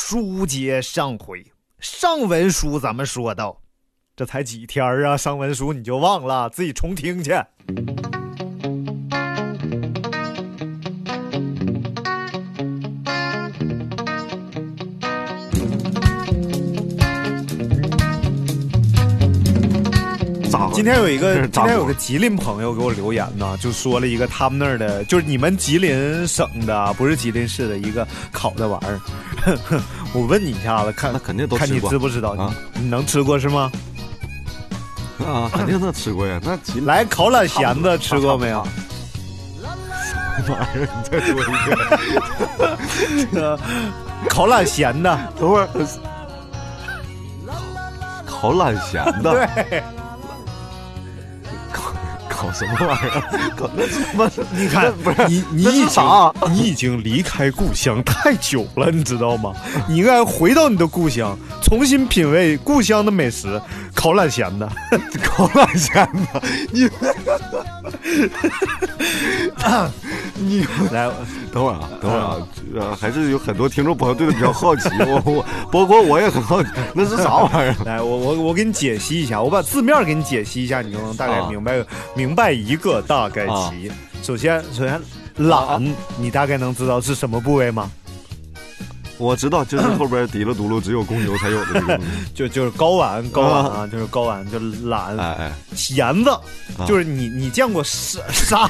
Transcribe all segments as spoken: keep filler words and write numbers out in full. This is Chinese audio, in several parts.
书接上回，上文书咱们说到，这才几天啊，上文书你就忘了，自己重听去。今天有一个今天有个吉林朋友给我留言呢，就说了一个他们那儿的，就是你们吉林省的，不是吉林市的一个烤的玩意儿。我问你一下子，看那肯定都吃过， 看你知不知道？ 啊、 你, 你能吃过是吗？ 啊，肯定能吃过呀。那吉来烤懒咸子吃过没有？ 什么玩意儿？你再说一个。烤懒咸的， 等会儿。烤懒咸的。 对。 搞什么玩意儿？搞那什么？ 你看， 不是你，你已经你已经离开故乡太久了，你知道吗？你应该回到你的故乡，重新品味故乡的美食。烤懒咸的， 烤懒咸的，你，你来， 等会儿啊，等会儿啊，呃，还是有很多听众朋友对他比较好奇，我我包括我也很好奇，那是啥玩意儿？ 来，我我我给你解析一下，我把字面给你解析一下，你就能大概明白、啊、明白一个大概齐。啊、首先，首先懒、啊，你大概能知道是什么部位吗？ 我知道，就是后边滴了嘟噜，只有公牛才有的这个东西， 就就是睾丸，睾丸啊，就是睾丸，就懒。 哎哎， 咸子，啊、就是你你见过杀杀，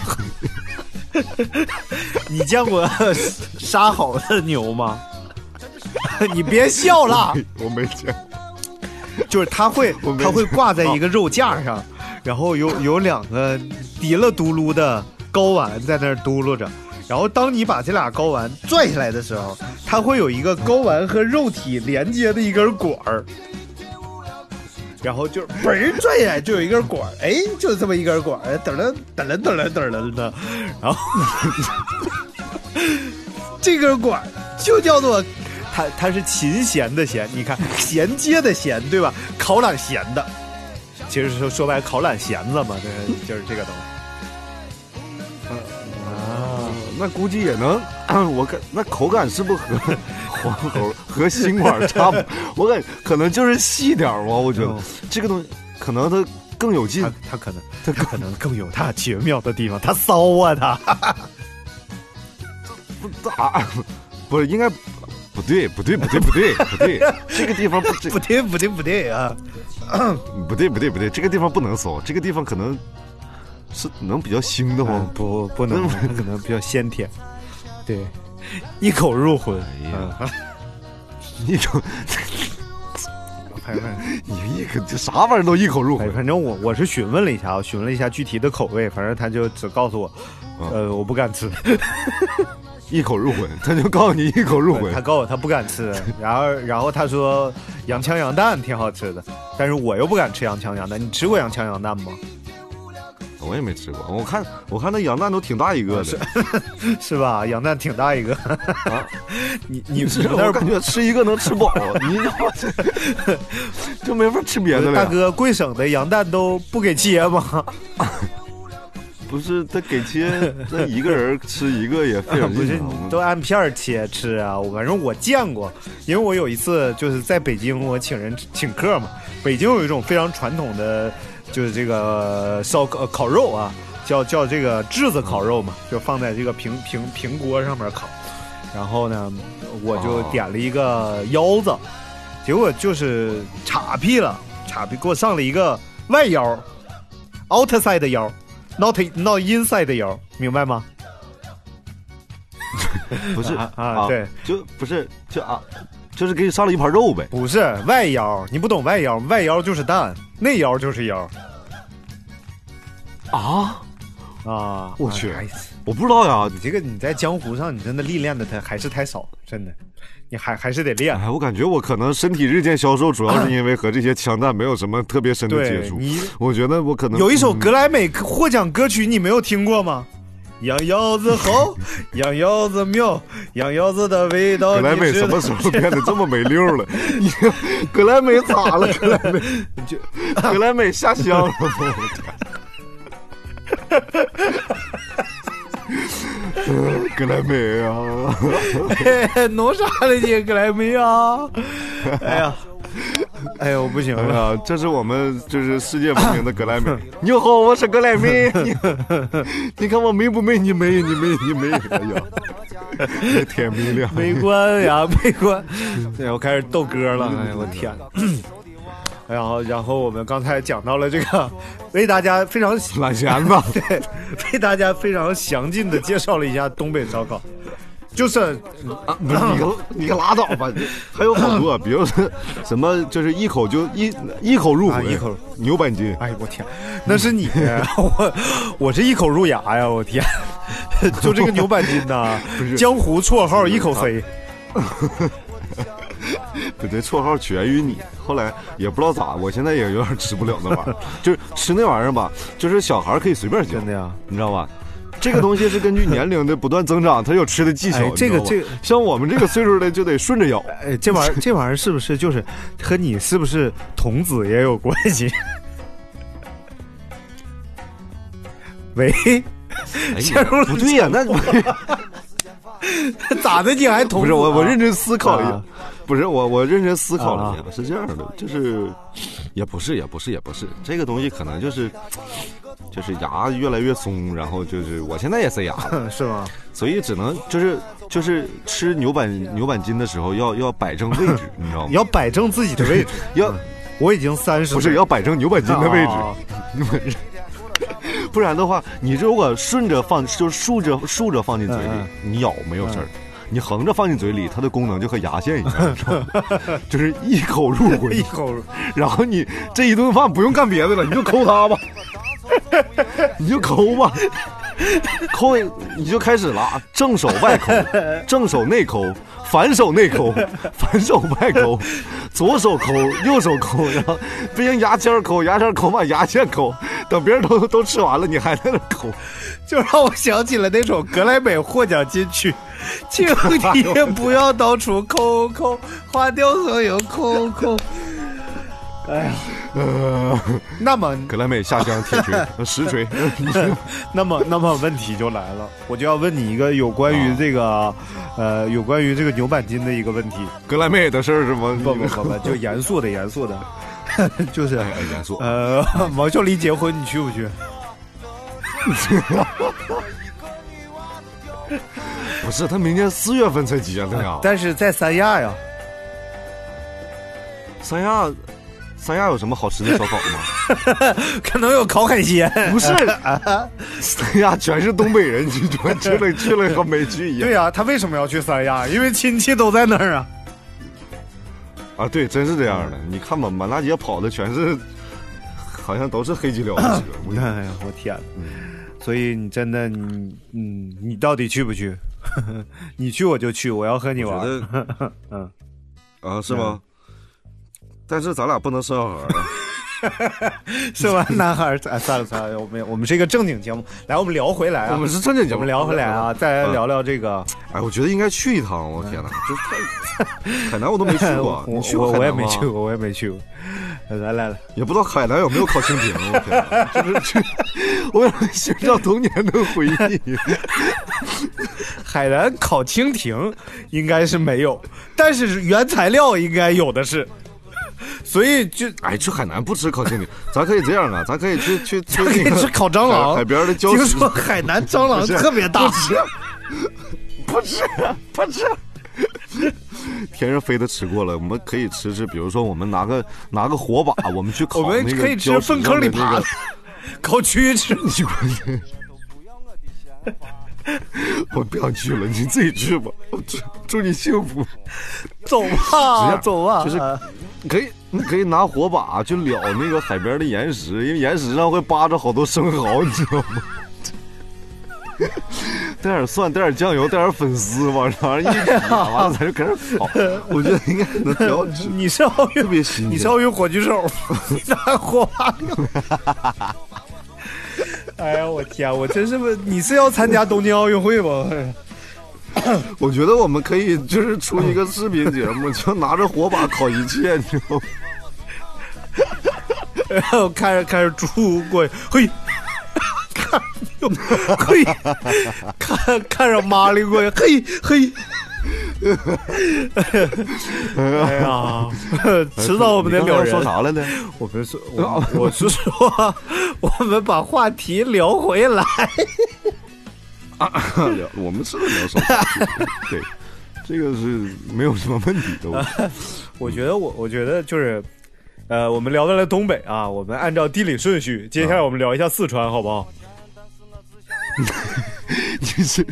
你见过杀好的牛吗？你别笑了， 我没见。 就是它会它会挂在一个肉架上，然后有有两个滴了嘟噜的睾丸在那儿嘟噜着。然后当你把这俩睾丸拽下来的时候，它会有一个睾丸和肉体连接的一根管儿，然后就嘣儿拽下来就有一根管儿，哎，就这么一根管儿，噔噔噔噔噔噔噔噔，然后这根管儿就叫做它它是琴弦的弦，你看衔接的弦对吧？烤懒咸的，其实说说白烤懒咸子嘛，就是就是这个东西。 那估计也能，我看那口感是不是和黄喉和心管差不多？我感觉可能就是细点吧，我觉得、嗯、这个东西可能它更有劲， 它它可能它可能更有它绝妙的地方，它骚啊它， 不咋不是应该不对不对不对不对不对，这个地方不不对不对不对啊， 不对不对不对，这个地方不能骚，这个地方可能。是能比较腥的吗？ 嗯、不，不能，可能比较鲜甜。对，一口入魂。哎呀，嗯、 一口，你一口这啥玩意儿都一口入魂。 反正我我是询问了一下，我询问了一下具体的口味，反正他就只告诉我，嗯、呃，我不敢吃。 一口入魂，他就告诉你一口入魂。 他告诉我他不敢吃，然后然后他说洋枪洋蛋挺好吃的，但是我又不敢吃洋枪洋蛋。你吃过洋枪洋蛋吗？ 我也没吃过，我看我看那羊蛋都挺大一个的， 是, 是吧？羊蛋挺大一个啊！你你是我感觉吃一个能吃饱，你就没法吃别的了。 大哥，贵省的羊蛋都不给切吗？ 不是，他给切，那一个人吃一个也费点劲。 不是，都按片切吃啊！我反正我见过，因为我有一次就是在北京，我请人请客嘛。北京有一种非常传统的。就是这个烧烤烤肉啊，叫叫这个炙子烤肉嘛，就放在这个平平平锅上面烤。然后呢，我就点了一个腰子，结果就是岔劈了，岔劈给我上了一个外腰 ，outside 的腰 ，not not inside 的腰，明白吗？ 不是啊, 啊，对， 就不是就啊。就是给你上了一盘肉呗， 不是外腰，你不懂外腰，外腰就是蛋，内腰就是腰。 啊啊！ 我去， 哎、 我不知道呀。 你这个你在江湖上，你真的历练的他还是太少，真的，你还还是得练。 哎，我感觉我可能身体日渐消瘦，主要是因为和这些枪弹没有什么特别深的接触。 你我觉得我可能有一首格莱美获奖歌曲，你没有听过吗？羊腰子好，羊腰子妙，羊腰子的味道。 格莱美什么时候变得这么没溜了？你格莱美咋了？格莱美就格莱美下乡了吗？ 格莱美啊， 弄啥了你格莱美啊？哎呀，哎呀，我不行了， 哎呀，这是我们就是世界闻名的格莱美。你好，我是格莱美。你, 你看我美不美？你美，你美，你美。哎呀，天明亮， 美观呀，美观。对，我开始逗歌了。哎呀，我天。然后，然后我们刚才讲到了这个，为大家非常懒闲子， 对，为大家非常详尽的介绍了一下东北烧烤，就是啊，不是你个你个拉倒吧，还有好多，比如说什么，就是一口就一一口入魂， 啊、一口牛板筋。 哎我天，那是你，我我是一口入牙呀，我天，就这个牛板筋呐，江湖绰号一口飞。 对对，绰号取源于你，后来也不知道咋，我现在也有点吃不了那玩意儿，就是吃那玩意儿吧，就是小孩可以随便嚼， 真的呀， 你知道吧？这个东西是根据年龄的不断增长，它有吃的技巧。 哎、这个这个， 像我们这个岁数的就得顺着咬。 哎，这玩意儿这玩意儿是不是就是和你是不是童子也有关系？喂， 哎、不对呀，那咋的？你还童子、啊？ 不是我，我认真思考了一下。啊不是我，我认真思考了一下，啊、是这样的，就是也不是，也不是，也不是，这个东西可能就是，就是牙越来越松，然后就是我现在也塞牙了， 是吗？ 所以只能就是就是吃牛板牛板筋的时候要要摆正位置，你知道吗？ 要摆正自己的位置， 要我已经三十， 不是要摆正牛板筋的位置，啊、不然的话，你如果顺着放，就竖着竖着放进嘴里，嗯、你咬没有事儿。嗯你横着放进嘴里，它的功能就和牙线一样，就是一口入魂， 一口入。 然后你这一顿饭不用干别的了，你就抠它吧，你就抠吧，抠你就开始了，正手外抠，正手内抠，反手内抠，反手外抠，左手抠，右手抠，然后不行牙签抠，牙签抠完牙线抠，等别人都都吃完了，你还在那抠， 就让我想起了那种格莱美获奖金曲。请你不要到处抠抠，花掉所有抠抠。哎呀，呃，那么格莱美下乡铁锤实锤。 那么，那么问题就来了，我就要问你一个有关于这个，啊、呃，有关于这个牛板筋的一个问题。 格莱美的事儿是吗？ 不不不不，就严肃的，严肃的，就是哎严肃。 呃，王孝利结婚，你去不去？ 不是，他明年四月份才结的呀。 但是在三亚呀。 三亚，三亚有什么好吃的烧烤吗？ 可能有烤海鲜。 不是，三亚全是东北人，去去了去了和没去一样。 对呀、啊，他为什么要去三亚？因为亲戚都在那儿啊。 啊，对，真是这样的。你看吧，满大街跑的全是，好像都是黑吉辽的车。 哎呀，我天！嗯所以你真的你嗯，你到底去不去？你去我就去，我要和你玩。 嗯，啊，是吗？嗯、但是咱俩不能生小孩啊。 生完男孩，哎，算了算了，我们我们是一个正经节目，来，我们聊回来啊。 我们是正经节目， 我们聊回来啊，再来聊聊这个。 哎，我觉得应该去一趟，我天哪，就太海南我都没去过， 我你去过海南吗？ 我也没去过，我也没去过。来来来， 也不知道海南有没有烤蜻蜓，我天，就是去，我寻找童年的回忆。 海南烤蜻蜓应该是没有，但是原材料应该有的是。所以就哎，去海南不吃烤蜻蜓，咱可以这样啊，咱可以去去去那个吃烤蟑螂， 海边的礁石。 听说海南蟑螂特别大， 不吃，不吃，不吃。天上飞的吃过了，我们可以吃吃，比如说我们拿个拿个火把，我们去烤、那个。 我们可以吃粪坑里爬的，烤蛆吃。你我不想去了，你自己去吧。祝祝你幸福。 走吧，走吧。 就是可以，你可以拿火把去燎那个海边的岩石，因为岩石上会扒着好多生蚝，你知道吗？带点蒜，带点酱油，带点粉丝，往上一挤，完了咱就开始烤。我觉得应该能挺好吃。 你是奥运，你是奥运火炬手，你拿火把。哎呀，我天，我真是不，你是要参加东京奥运会吗？ 我觉得我们可以就是出一个视频节目，就拿着火把烤一切，你知道吗？ 然后开始开始猪过去，嘿，看呦，嘿，看看着麻利过去，嘿嘿。哎呀，迟早我们得聊人。 说啥了呢？ 我们说，我, 我是说，我们把话题聊回来。 啊、我们是聊手法，对，这个是没有什么问题的。我, 我觉得我，我觉得就是，呃，我们聊到了东北啊，我们按照地理顺序，接下来我们聊一下四川，好不好？ 你是。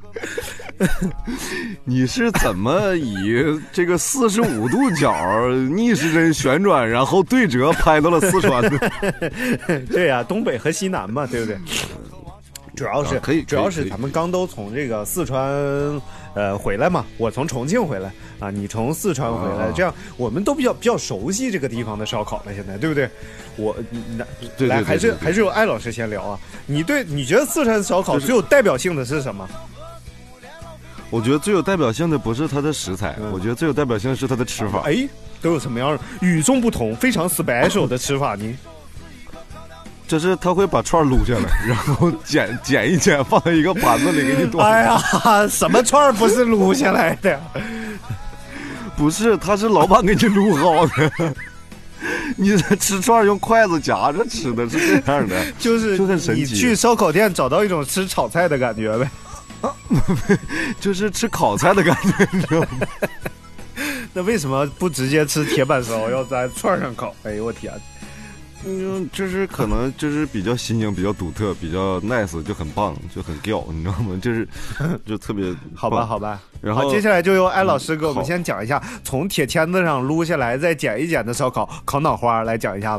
你是怎么以这个四十五度角逆时针旋转，然后对折拍到了四川的？ 对呀、啊，东北和西南嘛，对不对？主要是、 啊、可以， 主要是咱们刚都从这个四川呃回来嘛，我从重庆回来啊，你从四川回来，啊、这样我们都比较比较熟悉这个地方的烧烤了，现在对不对？我那来还是还是由艾老师先聊啊，你对你觉得四川烧烤最有代表性的是什么？ 我觉得最有代表性的不是它的食材、嗯、我觉得最有代表性的是它的吃法。 哎，都有什么样与众不同非常 special 的吃法呢？ 就是他会把串撸下来，然后剪剪一剪放在一个盘子里给你端。 哎呀，什么串不是撸下来的？ 不是，他是老板给你撸好的。你吃串用筷子夹着吃的是这样的， 就是就很神奇。 你去烧烤店找到一种吃炒菜的感觉呗。 啊、就是吃烤菜的感觉，你知道吗？ 那为什么不直接吃铁板烧，要在串上烤？哎呦我天！ 嗯，就是可能就是比较新颖、比较独特、比较 nice， 就很棒，就很屌，你知道吗？就是就特别好吧，好吧。 然后接下来就由艾老师给我们先讲一下，从铁签子上撸下来再剪一剪的烧烤烤脑花，来讲一下子。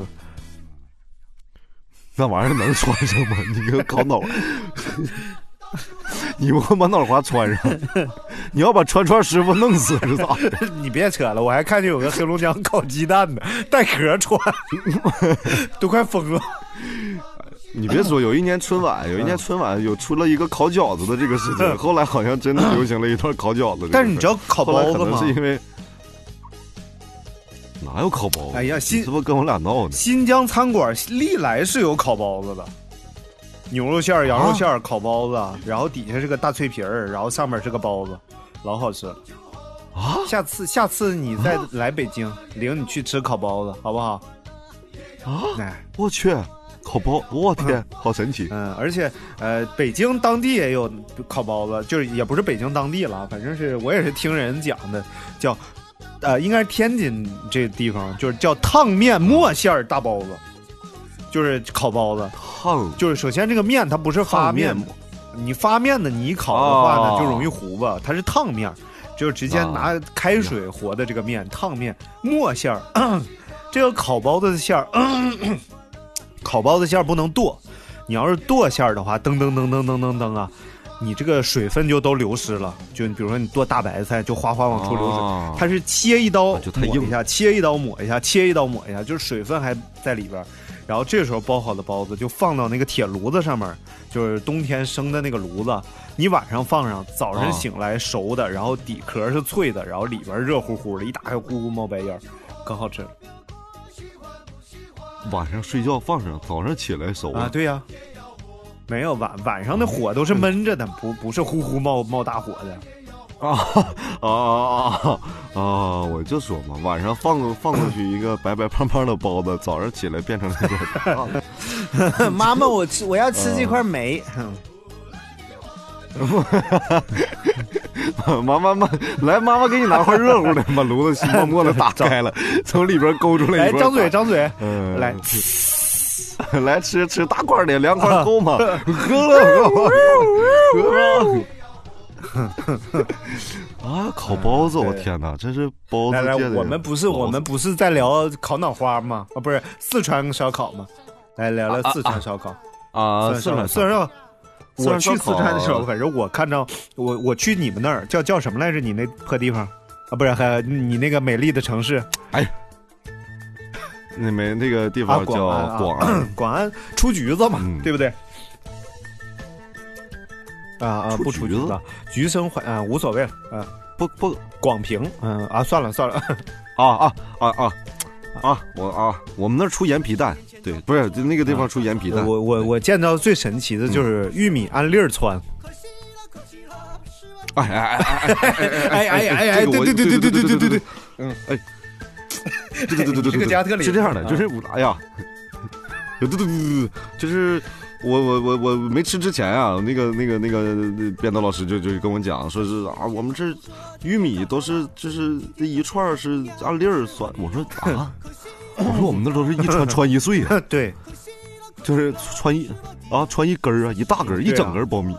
那玩意儿能穿上吗？你个烤脑。你不会把脑花穿上，你要把串串师傅弄死是咋的？ 你别扯了，我还看见有个黑龙江烤鸡蛋的带壳穿，都快疯了。 你别说，有一年春晚，有一年春晚有出了一个烤饺子的这个事情，后来好像真的流行了一段烤饺子。 但是你知道烤包子吗？ 是因为哪有烤包子？ 哎呀，新是不是跟我俩闹呢？ 新疆餐馆历来是有烤包子的。牛肉馅儿、羊肉馅儿、烤包子、啊，然后底下是个大脆皮儿，然后上面是个包子，老好吃了啊！下次下次你再来北京，啊、领你去吃烤包子，好不好？ 啊！哎，我去，烤包，我天，嗯、好神奇！ 嗯，而且呃，北京当地也有烤包子，就是也不是北京当地了，反正是我也是听人讲的，叫呃，应该是天津这地方，就是叫烫面馍馅儿大包子。就是烤包子， 烫就是首先这个面它不是发面，你发面的你一烤的话呢、哦、就容易糊吧，它是烫面，就是直接拿开水和的这个面、啊、烫面馍馅儿、嗯。这个烤包子的馅儿、嗯，烤包子馅儿不能剁，你要是剁馅儿的话，噔噔噔噔噔噔噔啊，你这个水分就都流失了。就比如说你剁大白菜，就哗哗往出流水，哦、它是切一刀抹一下，切一刀抹一下，切一刀抹一下，就是水分还在里边。然后这时候包好的包子就放到那个铁炉子上面，就是冬天生的那个炉子，你晚上放上，早上醒来熟的，然后底壳是脆的，然后里边热乎乎的，一打开呼呼冒白烟，可好吃了。 晚上睡觉放上，早上起来熟啊？对呀、啊，没有晚晚上的火都是闷着的，不不是呼呼冒冒大火的。 啊啊啊啊！我就说嘛，晚上放放过去一个白白胖胖的包子，早上起来变成那个。妈妈，我吃我要吃这块煤。 妈妈妈，来，妈妈给你拿块热乎的，把炉子默默的打开了，从里边勾出来一块。 来，张嘴，张嘴， 嗯， 来， 来吃吃大块的，两块够吗？喝了，喝了。啊，烤包子！我天哪，这是包子界的。 来来，我们不是我们不是在聊烤脑花吗？啊，不是四川烧烤吗？来聊聊四川烧烤啊！四川四川烧烤，我去四川的时候，反正我看到我我去你们那儿叫叫什么来着？你那破地方啊，不是还你那个美丽的城市？ 哎，你们那个地方叫广安， 广安出橘子嘛，对不对？啊啊！不出橘子，橘生怀啊，无所谓了啊。 不不， 广平，嗯啊，算了算了， 啊啊啊啊啊！我啊，我们那儿出盐皮蛋， 对，不是那个地方出盐皮蛋。 我我我见到最神奇的就是玉米按粒儿穿。 哎哎哎哎哎哎哎哎！对对对对对对对对对， 嗯哎，对对对对对， 这个加特林是这样的，就是哎呀，对对对对对，就是我我我我没吃之前啊，那个那个那个编导老师就就跟我讲，说是啊，我们这玉米都是就是这一串是按粒儿算。我说啊，我说我们那都是一串穿一穗啊， 对， 就是穿一啊穿一根儿啊，一大根儿一整根苞米。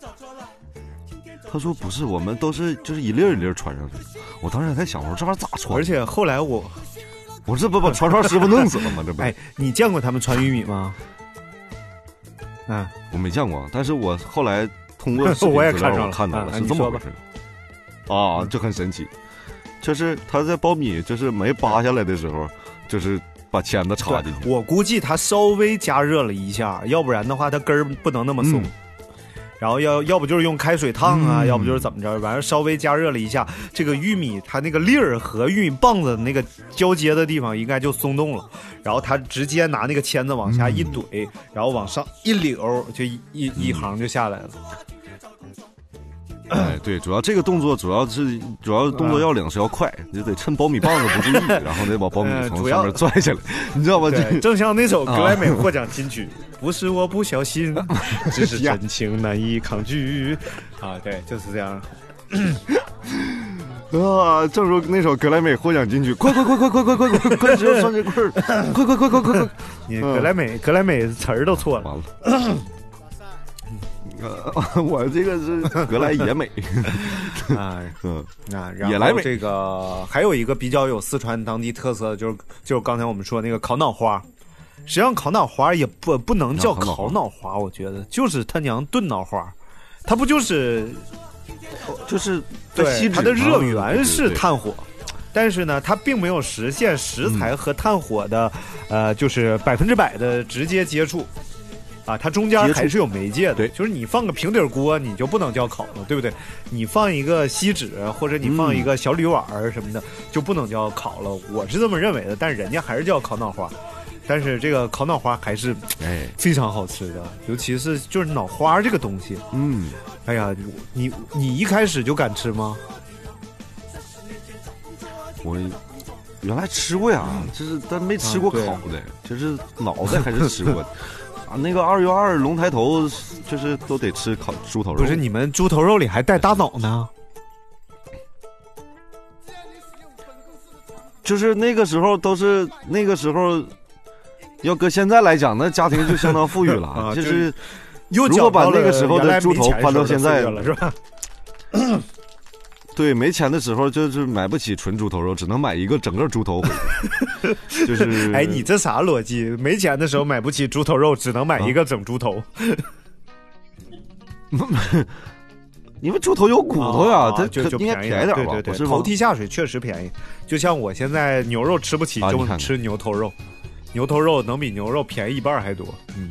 他说不是，我们都是就是一粒一粒传上去。我当时还在想，我说这玩意儿咋传？ 而且后来我， 我这不把传传师傅弄死了吗？这不， 哎，你见过他们传玉米吗？啊， 我没见过，但是我后来通过我也看上了， 看到了， 啊、 是这么回事。啊，这很神奇，就是他在苞米就是没扒下来的时候，就是把签子插进去。 我估计他稍微加热了一下，要不然的话，它根儿不能那么松。嗯，然后要要不就是用开水烫啊，嗯、要不就是怎么着，反正稍微加热了一下，这个玉米它那个粒儿和玉米棒子那个交接的地方应该就松动了，然后他直接拿那个签子往下一怼，嗯、然后往上一绺，就一一一行就下来了。 哎，对，主要这个动作主要是主要动作要领是要快，就得趁苞米棒子不注意，然后得把苞米从上面拽下来，你知道吗？ 对，正像那首格莱美获奖金曲。不是我不小心，只是真情难以抗拒啊！对，就是这样。 啊，正如那首格莱美获奖金曲，快快快快快快快快快，只有双截棍儿，快快快快快快！ 你格莱美格莱美词儿都错了。 完了。呃，我这个是格莱野美， 啊， 嗯啊，然后这个还有一个比较有四川当地特色的，就是就是刚才我们说那个烤脑花。实际上烤脑花也不不能叫烤脑花，我觉得就是他娘炖脑花，它不就是就是对它的热源是炭火，但是呢，它并没有实现食材和炭火的、嗯、呃，就是百分之百的直接接触啊，它中间还是有媒介的。 对， 就是你放个平底锅，你就不能叫烤了，对不对？你放一个锡纸或者你放一个小铝碗什么的，嗯、就不能叫烤了。我是这么认为的，但是人家还是叫烤脑花。但是这个烤脑花还是哎非常好吃的，尤其是就是脑花这个东西， 嗯， 哎呀，你你一开始就敢吃吗？ 我原来吃过呀，就是但没吃过烤的，啊、就是脑袋还是吃过的。啊，那个二月二龙抬头就是都得吃烤猪头肉， 不是你们猪头肉里还带大脑呢？ 就是那个时候都是那个时候。要搁现在来讲，那家庭就相当富裕了，啊、就是又如果把那个时候的猪头搬到现在了，是吧？ 对，没钱的时候就是买不起纯猪头肉，只能买一个整个猪头回来。就是， 哎，你这啥逻辑？没钱的时候买不起猪头肉，只能买一个整猪头。 因为猪头有骨头呀，它就就应该便宜点吧？ 对对对，头蹄下水确实便宜。就像我现在牛肉吃不起，就吃牛头肉。牛头肉能比牛肉便宜一半还多，嗯，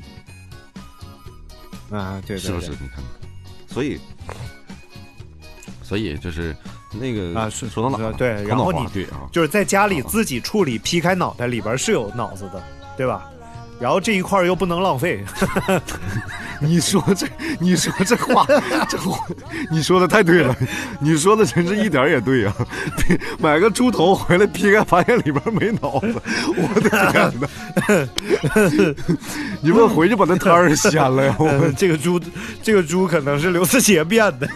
啊，对对对， 是不是？你看看，所以，所以就是那个啊， 说到哪？ 对，然后你对啊， 就是在家里自己处理，劈开脑袋里边是有脑子的，对吧？然后这一块又不能浪费。 你说这，你说这话，这话，你说的太对了，你说的真是一点也对啊！买个猪头回来劈开，发现里边没脑子，我的天哪！你们回去把那摊儿掀了呀！我这个猪，这个猪可能是刘四杰变的。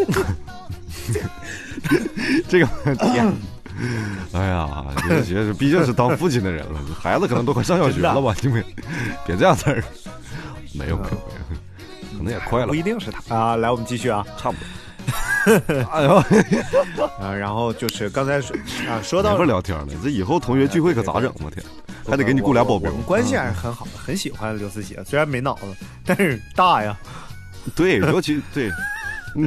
这个天。哎呀，刘四杰毕竟是当父亲的人了，孩子可能都快上小学了吧？你们别这样子儿。没有没有没有，可能也快了， 不一定是他啊。来，我们继续啊， 差不多。哎呦啊，然后就是刚才啊说到不聊天了，这以后同学聚会可咋整？我天，还得给你雇俩保镖。 我们关系还是很好的，很喜欢刘四杰，虽然没脑子，但是大呀。 对，尤其对。嗯。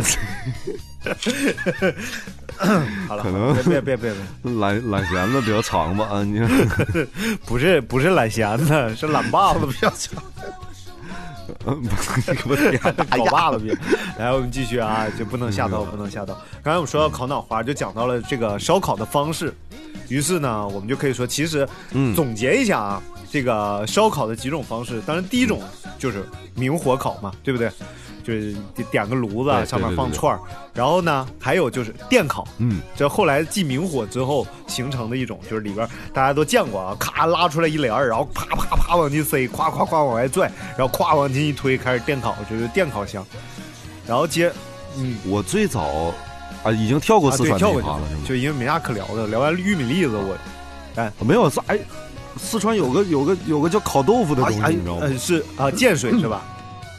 好了， 可能别别别别， 懒懒弦子比较长吧？啊，你不是不是懒弦子，是懒把子比较长。 嗯，我天， 搞罢了别！来，我们继续啊，就不能下刀，不能下刀。刚才我们说到烤脑花，就讲到了这个烧烤的方式。 于是呢，我们就可以说，其实嗯总结一下啊，这个烧烤的几种方式，当然第一种就是明火烤嘛，对不对？就是点个炉子，上面放串儿，然后呢，还有就是电烤， 嗯， 这后来继明火之后形成的一种，就是里边大家都见过啊，咔拉出来一帘儿，然后啪啪啪往进塞，咵咵咵往外拽，然后咵往进一推，开始电烤，就是电烤箱。然后接，嗯， 我最早啊已经跳过四川这一趴了，是吗？ 就因为没啥可聊的，聊完玉米粒子，我，哎， 没有是哎，四川有个有个有个叫烤豆腐的东西， 哎、 你知道吗？ 呃、是啊，建水是吧？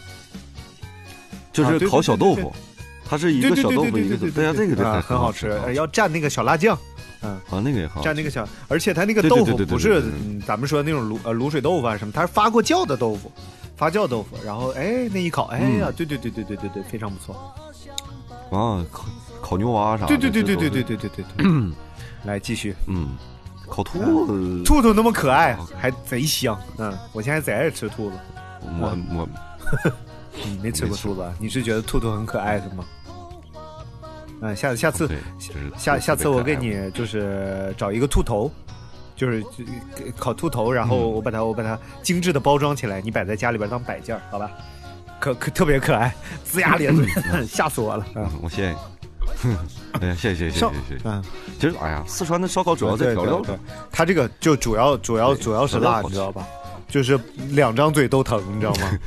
就是烤小豆腐，它是一个小豆腐一个，对呀，这个啊很好吃，要蘸那个小辣酱，嗯， 啊那个也好， 蘸那个小，而且它那个豆腐不是咱们说那种卤呃卤水豆腐啊什么，它是发过酵的豆腐，发酵豆腐，然后哎那一烤，哎呀，对对对对对对对，非常不错。 啊，烤烤牛蛙啥的， 对对对对对对对对对对。来继续， 嗯，烤兔子， 兔兔那么可爱，还贼香，嗯，我现在贼爱吃兔子。 我我。 你没吃过兔子，你是觉得兔兔很可爱是吗？嗯，下次下次下下次我给你就是找一个兔头，就是烤兔头，然后我把它我把它精致的包装起来，你摆在家里边当摆件，好吧？可可特别可爱，龇牙咧嘴，吓死我了。 嗯，我谢谢你。哎呀，谢谢谢谢谢谢。嗯，其实哎呀，四川的烧烤主要在调料上， 它这个就主要主要主要是辣，你知道吧？就是两张嘴都疼，你知道吗？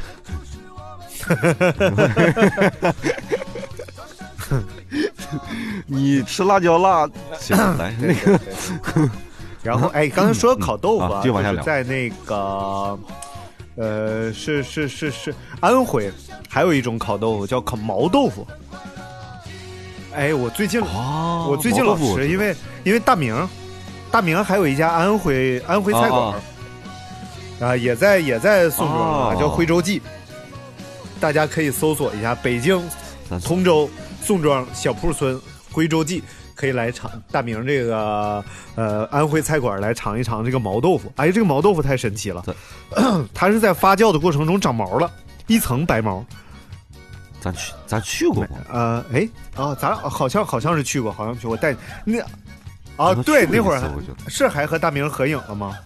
你吃辣椒辣，行来那个， 然后哎，刚才说烤豆腐啊， 就往下聊， 在那个呃，是是是是安徽，还有一种烤豆腐叫烤毛豆腐。哎，我最近哦， 我最近老吃，因为因为大明，大明还有一家安徽安徽菜馆啊，也在也在宋庄啊，叫徽州记。大家可以搜索一下北京通州宋庄小铺村徽州记，可以来尝大明这个呃安徽菜馆来尝一尝这个毛豆腐。哎，这个毛豆腐太神奇了，它是在发酵的过程中长毛了，一层白毛。 咱去咱去过吗？ 呃，哎啊，咱好像好像是去过，好像去过。但那啊，对，那会儿是还和大明合影了吗？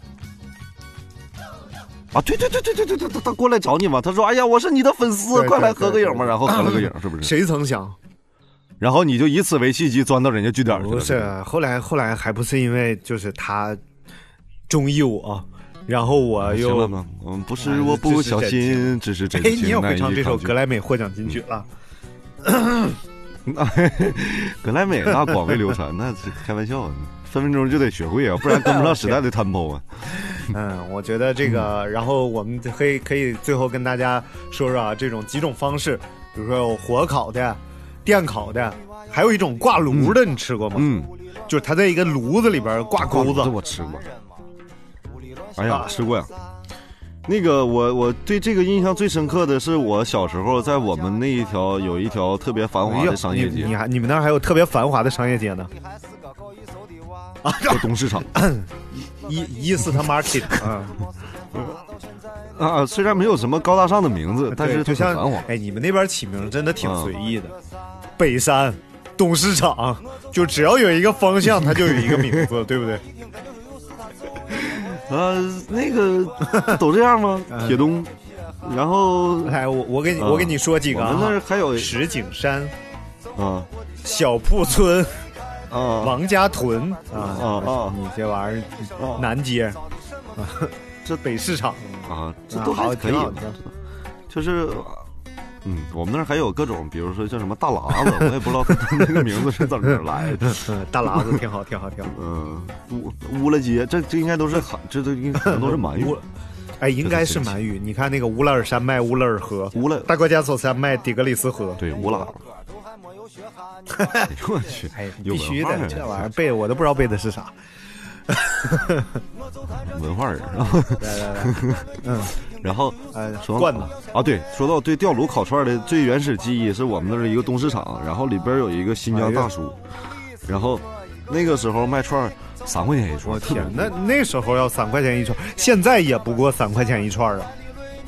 啊，对对对对对对对，他他过来找你嘛，他说：“哎呀，我是你的粉丝，快来合个影嘛。”然后合了个影，是不是？ 谁曾想， 然后你就以此为契机钻到人家据点去了。 不是，后来后来还不是因为就是他中意我，然后我又行了吗？嗯，不是我不小心，只是真情。 哎，你也会唱这首格莱美获奖金曲了？ 格莱美那广为流传，那是开玩笑。分分钟就得学会啊，不然跟不上时代的 tempo 啊。 嗯，我觉得这个，嗯、然后我们可以可以最后跟大家说说啊，这种几种方式，比如说有火烤的、电烤的，还有一种挂炉的，嗯、你吃过吗？ 嗯， 就是它在一个炉子里边挂钩子。 我吃过。哎呀，吃过呀。那个我我对这个印象最深刻的是我小时候在我们那一条有一条特别繁华的商业街， 哎、你还你们那儿还有特别繁华的商业街呢？ 啊，叫东市场， 伊伊斯特 market 啊啊，虽然没有什么高大上的名字，但是就像繁华。 哎，你们那边起名真的挺随意的，嗯、北山、东市场，就只要有一个方向，它就有一个名字，对不对？ 呃，那个都这样吗？铁东，然后来，我我给你、嗯、我给你说几个、啊， 我们那儿还有石景山， 啊， 小铺村。 啊， 王家屯啊啊啊！ 你这玩意儿，南街，啊，这北市场啊，这都还可以。就是，嗯，我们那儿还有各种，比如说叫什么大喇子，我也不知道他那个名字是怎么来的。 大喇子挺好，挺好，挺好。 嗯，乌乌拉街，这这应该都是韩，这都应该可能都是满语。 哎，应该是满语。你看那个乌拉尔山脉乌拉尔河， 乌拉大国家索山脉底格里斯河， 对，乌拉。我去， 哎，必须的，这玩意儿背我都不知道背的是啥。 文化人， 来来来，嗯， 然后呃，罐子啊，对，说到对吊炉烤串的最原始记忆是我们那儿一个东市场，然后里边有一个新疆大叔，然后那个时候卖串三块钱一串， 我天，那那时候要三块钱一串，现在也不过三块钱一串啊。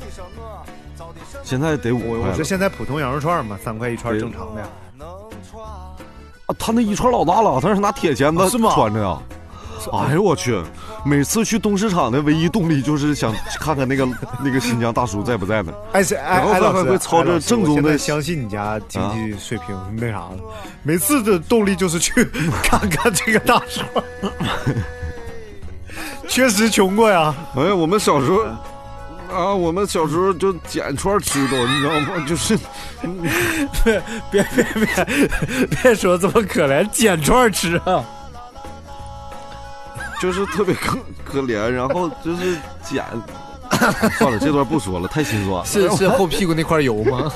现在得五块。 我是现在普通羊肉串嘛，三块一串正常的呀。 啊，他那一串老大了，他是拿铁钳子穿着呀。 哎呦我去！每次去东市场的唯一动力就是想看看那个那个新疆大叔在不在呢。 哎，哎，然后他会操着正宗的。 相信你家经济水平那啥了，每次的动力就是去看看这个大叔。确实穷过呀！ 哎，我们小时候。啊，我们小时候就捡串吃的，你知道吗？就是， 别别别别别说这么可怜，捡串吃啊， 就是特别可可怜，然后就是捡。算了，这段不说了，太心酸了。 是是后屁股那块油吗？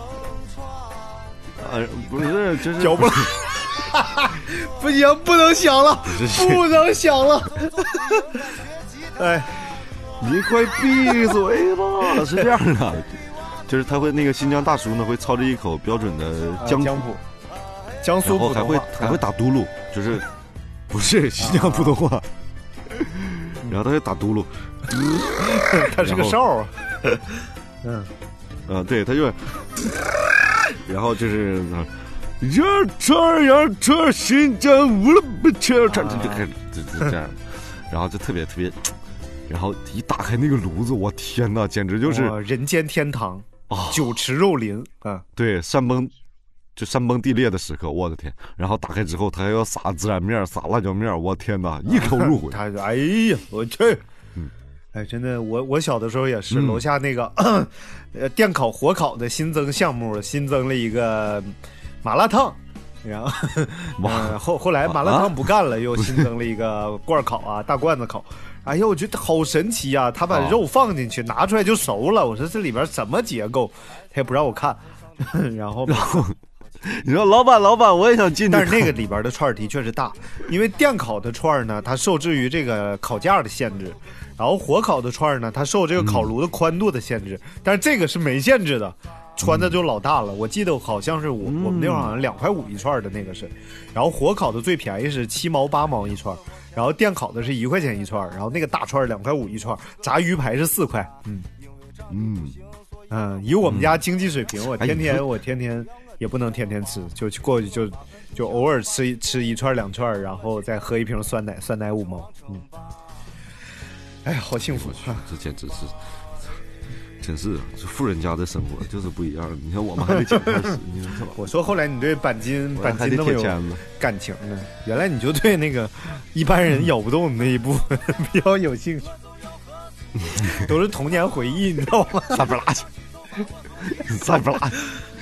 啊，不是，就是嚼不了。不行，不能想了，不能想了。哎。 你快闭嘴吧！是这样的，就是他会那个新疆大叔呢，会操着一口标准的江江普、江苏普通话， 还会还会打嘟噜，就是不是新疆普通话，然后他会打嘟噜， 他是个哨啊， 嗯，啊对，他就，然后就是这这样这新疆无了不这这就开始就这样，然后就特别特别。然后一打开那个炉子，我天哪，简直就是人间天堂啊！酒池肉林啊， 对，山崩就山崩地裂的时刻，我的天！然后打开之后，他还要撒孜然面、撒辣椒面，我天哪，一口入魂。 他哎呀，我去，嗯，哎，真的，我我小的时候也是， 嗯、 楼下那个呃电烤火烤的新增项目，新增了一个麻辣烫。然后，呃、后后来麻辣烫不干了，啊、又新增了一个罐烤啊，大罐子烤。哎呀，我觉得好神奇呀、啊！他把肉放进去，哦、拿出来就熟了。我说这里边什么结构？他也不让我看。然后，然后你说老板，老板，我也想进去。 但是那个里边的串儿的确是大，因为电烤的串儿呢，它受制于这个烤架的限制；然后火烤的串儿呢，它受这个烤炉的宽度的限制。嗯、但是这个是没限制的。穿的就老大了，我记得好像是我、嗯、我们那会儿好像两块五一串的那个是，然后火烤的最便宜是七毛八毛一串，然后电烤的是一块钱一串，然后那个大串两块五一串，炸鱼排是四块，嗯嗯嗯，以我们家经济水平，我天天、哎、我天天也不能天天吃，就过去就就偶尔吃吃一串两串，然后再喝一瓶酸奶，酸奶五毛，嗯，哎呀，好幸福啊！这简直是。真是，这富人家的生活就是不一样。你看我们还得捡块屎，你说我说后来你对钣金钣金那么有感情呢，原来你就对那个一般人咬不动的那一部分比较有兴趣，都是童年回忆，你知道吗？ 散不拉去，散不拉去。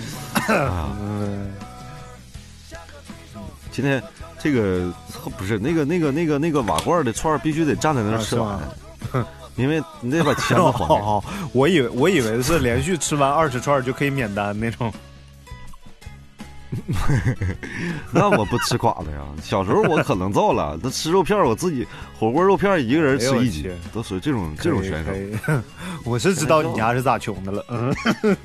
今天这个不是那个那个那个那个瓦罐的串必须得站在那儿吃完。啊因为你得把钱都还给、 哦。我以为我以为是连续吃完二十串就可以免单那种。 那我不吃垮了呀！小时候我可能造了，那吃肉片我自己火锅肉片一个人吃一斤，都属于这种这种选手。 我是知道你家是咋穷的了。嗯，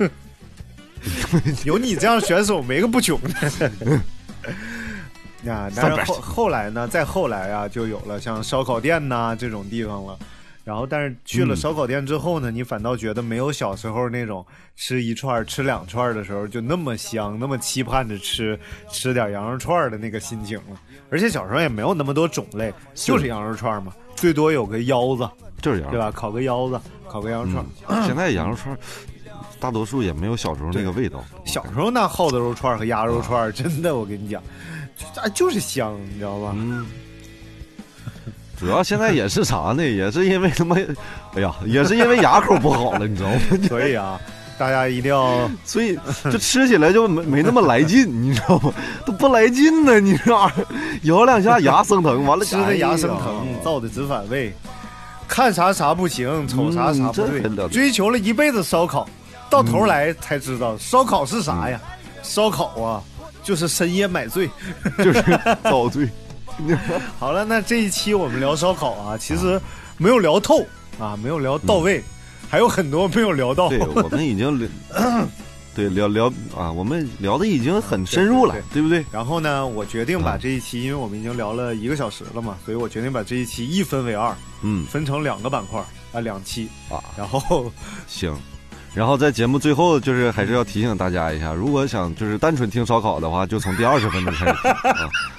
有你这样选手没个不穷的。啊，但是后后来呢，再后来啊，就有了像烧烤店呐这种地方了。然后，但是去了烧烤店之后呢，嗯、你反倒觉得没有小时候那种吃一串、吃两串的时候就那么香，那么期盼着吃吃点羊肉串的那个心情了。而且小时候也没有那么多种类，就是羊肉串嘛，最多有个腰子， 就是羊， 对吧？烤个腰子，烤个羊肉串。 嗯、现在羊肉串大多数也没有小时候那个味道。 小时候那耗子肉串和鸭肉串，真的，我跟你讲，就就是香，你知道吧？ 嗯。主要现在也是啥呢？也是因为他妈，哎呀，也是因为牙口不好了，你知道吗？ 所以啊，大家一定要， 所以就吃起来就没没那么来劲，你知道吗？都不来劲呢，你知道，咬两下牙生疼，完了吃的牙生疼，造的直反胃，看啥啥不行，瞅啥啥不对，嗯、追求了一辈子烧烤，到头来才知道、嗯、烧烤是啥呀？嗯、烧烤啊，就是深夜买醉， 就是遭罪。 好了，那这一期我们聊烧烤啊，其实没有聊透啊，没有聊到位，嗯、还有很多没有聊到。 对，我们已经聊，对聊聊啊，我们聊的已经很深入了， 对, 对, 对不对？ 然后呢，我决定把这一期，因为我们已经聊了一个小时了嘛，所以我决定把这一期一分为二，嗯，分成两个板块啊，两期啊，然后行。然后在节目最后，就是还是要提醒大家一下，如果想就是单纯听烧烤的话，就从第二十分钟开始听啊。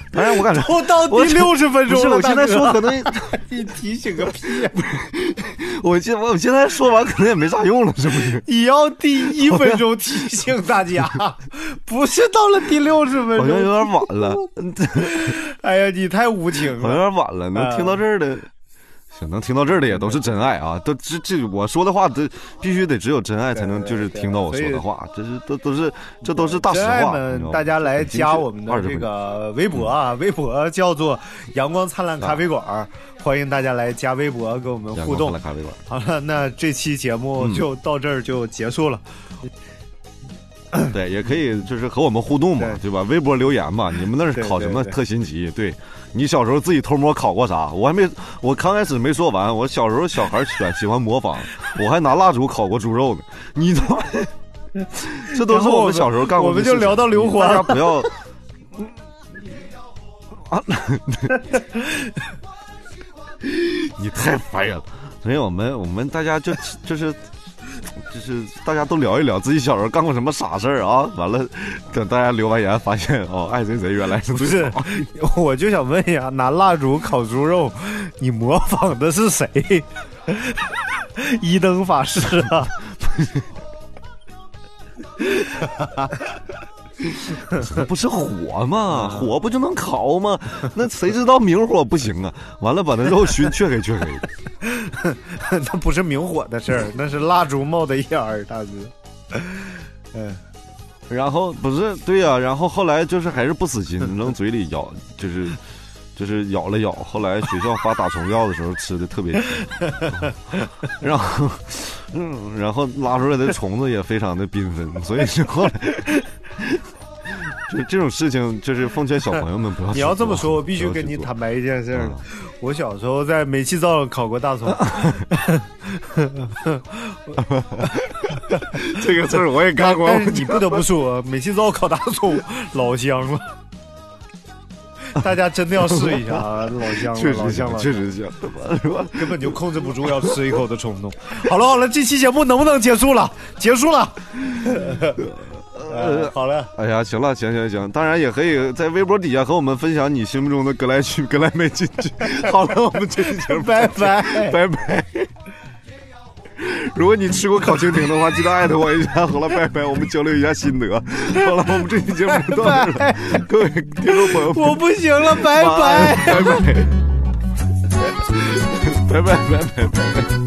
反正我感觉都到第六十分钟了， 我现在说可能你提醒个屁、啊！ 我现我现在说完可能也没啥用了，是不是？ 你要第一分钟提醒大家，不是到了第六十分钟， 好像有点晚了。 哎呀，你太无情了， 好像有点晚了。能听到这儿的。行，能听到这儿的也都是真爱啊！都这这我说的话，都必须得只有真爱才能就是听到我说的话，这是都都是这都是大实话。 大家来加我们的这个微博啊，微博叫做阳光灿烂咖啡馆，啊、欢迎大家来加微博跟我们互动。 咖啡馆。 好了，那这期节目就到这儿就结束了。 嗯、对，也可以就是和我们互动嘛， 对, 对吧？微博留言嘛，你们那是考什么特新级？对。你小时候自己偷摸考过啥？我还没，我刚开始没说完。我小时候小孩喜欢喜欢模仿，我还拿蜡烛烤过猪肉呢。你他妈，这都是我们小时候干过的事情。 我们就聊到刘欢， 大家不要啊！你太烦人了。所以我们我们大家就就是。就是大家都聊一聊自己小时候干过什么傻事儿啊！完了，等大家留完言发现哦，爱谁谁原来是不是？我就想问一下，拿蜡烛烤猪肉，你模仿的是谁？一灯法师啊！ 不是火吗？火不就能烤吗？那谁知道明火不行啊？完了把那肉熏黢黑黢黑的。 那不是明火的事儿，那是蜡烛冒的烟儿，大哥。嗯， 然后不是对呀、啊，然后后来就是还是不死心，扔嘴里咬，就是就是咬了咬。后来学校发打虫药的时候吃的特别香，然后嗯，然后拉出来的虫子也非常的缤纷，所以是后来。就这种事情，就是奉劝小朋友们不要。 你要这么说，我必须跟你坦白一件事、嗯、我小时候在煤气灶烤过大葱。 这个事儿我也干过。 但是你不得不说，煤气灶烤大葱老香了。大家真的要试一下啊，老香了， 确实香了， 确实香， 根本就控制不住要吃一口的冲动。好了好了，这期节目能不能结束了？结束了。呃，好了， 哎呀，行了，行行行，当然也可以在微博底下和我们分享你心目中的格莱区、格莱美金句。好了，我们这期节目拜拜拜拜。如果你吃过烤蜻蜓的话，记得艾特我一下。好了，拜拜，我们交流一下心得。好了，我们这期节目到这儿了，各位听众朋友， 我不行了，拜拜， 拜拜，拜拜，拜拜，拜拜。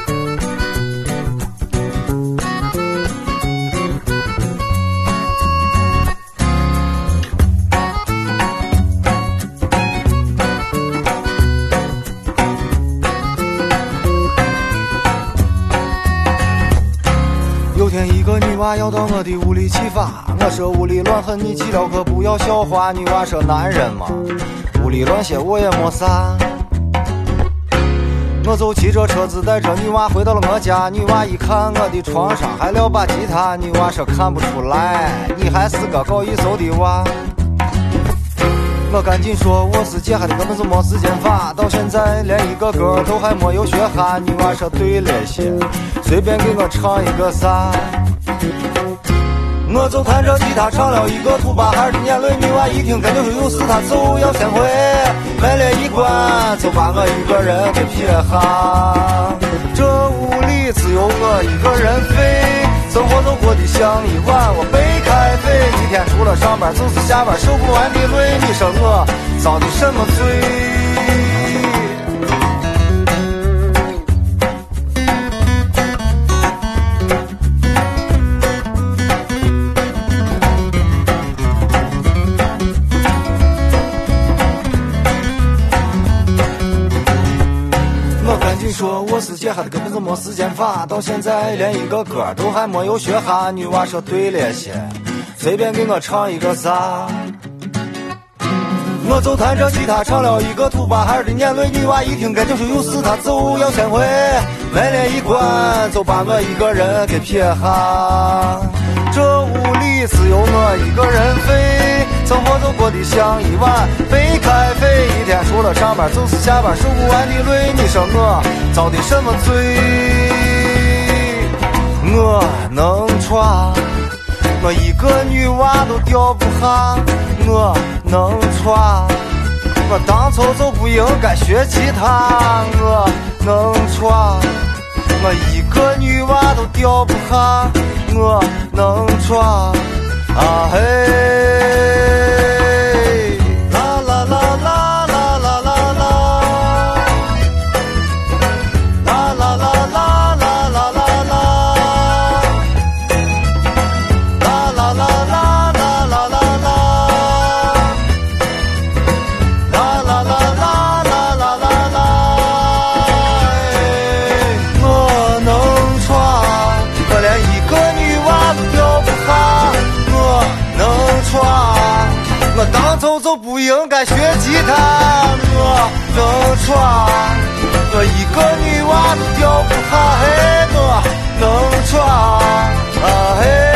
一个女娃要到我的屋里去发，我说屋里乱很，你去了可不要笑话。女娃说男人嘛，屋里乱些我也没啥。我就骑着车子带着女娃回到了我家，女娃一看我的床上还撂把吉他，女娃说看不出来，你还是个搞艺术的娃。我赶紧说我是姐，还的根本就没时间发，到现在连一个歌都还没有学哈。女娃说对了些，随便给我唱一个啥。我就弹着吉他唱了一个土巴孩的眼泪，女娃一听感觉有事她就要先回，门帘一关就把我一个人给撇下。这屋里只有我一个人飞，生活都过得像一碗我白开水，一天除了上班就是下班，受不完的累，你说我遭的什么罪？说我是姐，还的根本就没时间发，到现在连一个歌都还没有学哈。女娃说对了些，随便给我唱一个啥。我就弹着吉他唱了一个土巴孩的眼泪，女娃一听感觉有事她就要先回，门帘一关就把我一个人给撇下。这屋里只有我一个人飞，生活都过得像一碗白开水，一天除了上班就是下班，受不完的累，你说我遭的什么罪？我能穿我一个女娃都吊不下，我能穿。我当初就不应该学吉他，我能穿。我一个女娃都吊不下，我能穿。啊嘿，啦啦啦啦啦啦啦啦，啦啦啦啦啦啦啦啦，啦啦啦啦啦啦啦啦，啦啦啦啦啦啦啦啦，我能穿，我连一个女娃都吊不下。我能穿，我当初就不应该学吉他。我能穿，我一个女娃都吊不下，嘿，我能穿，啊嘿。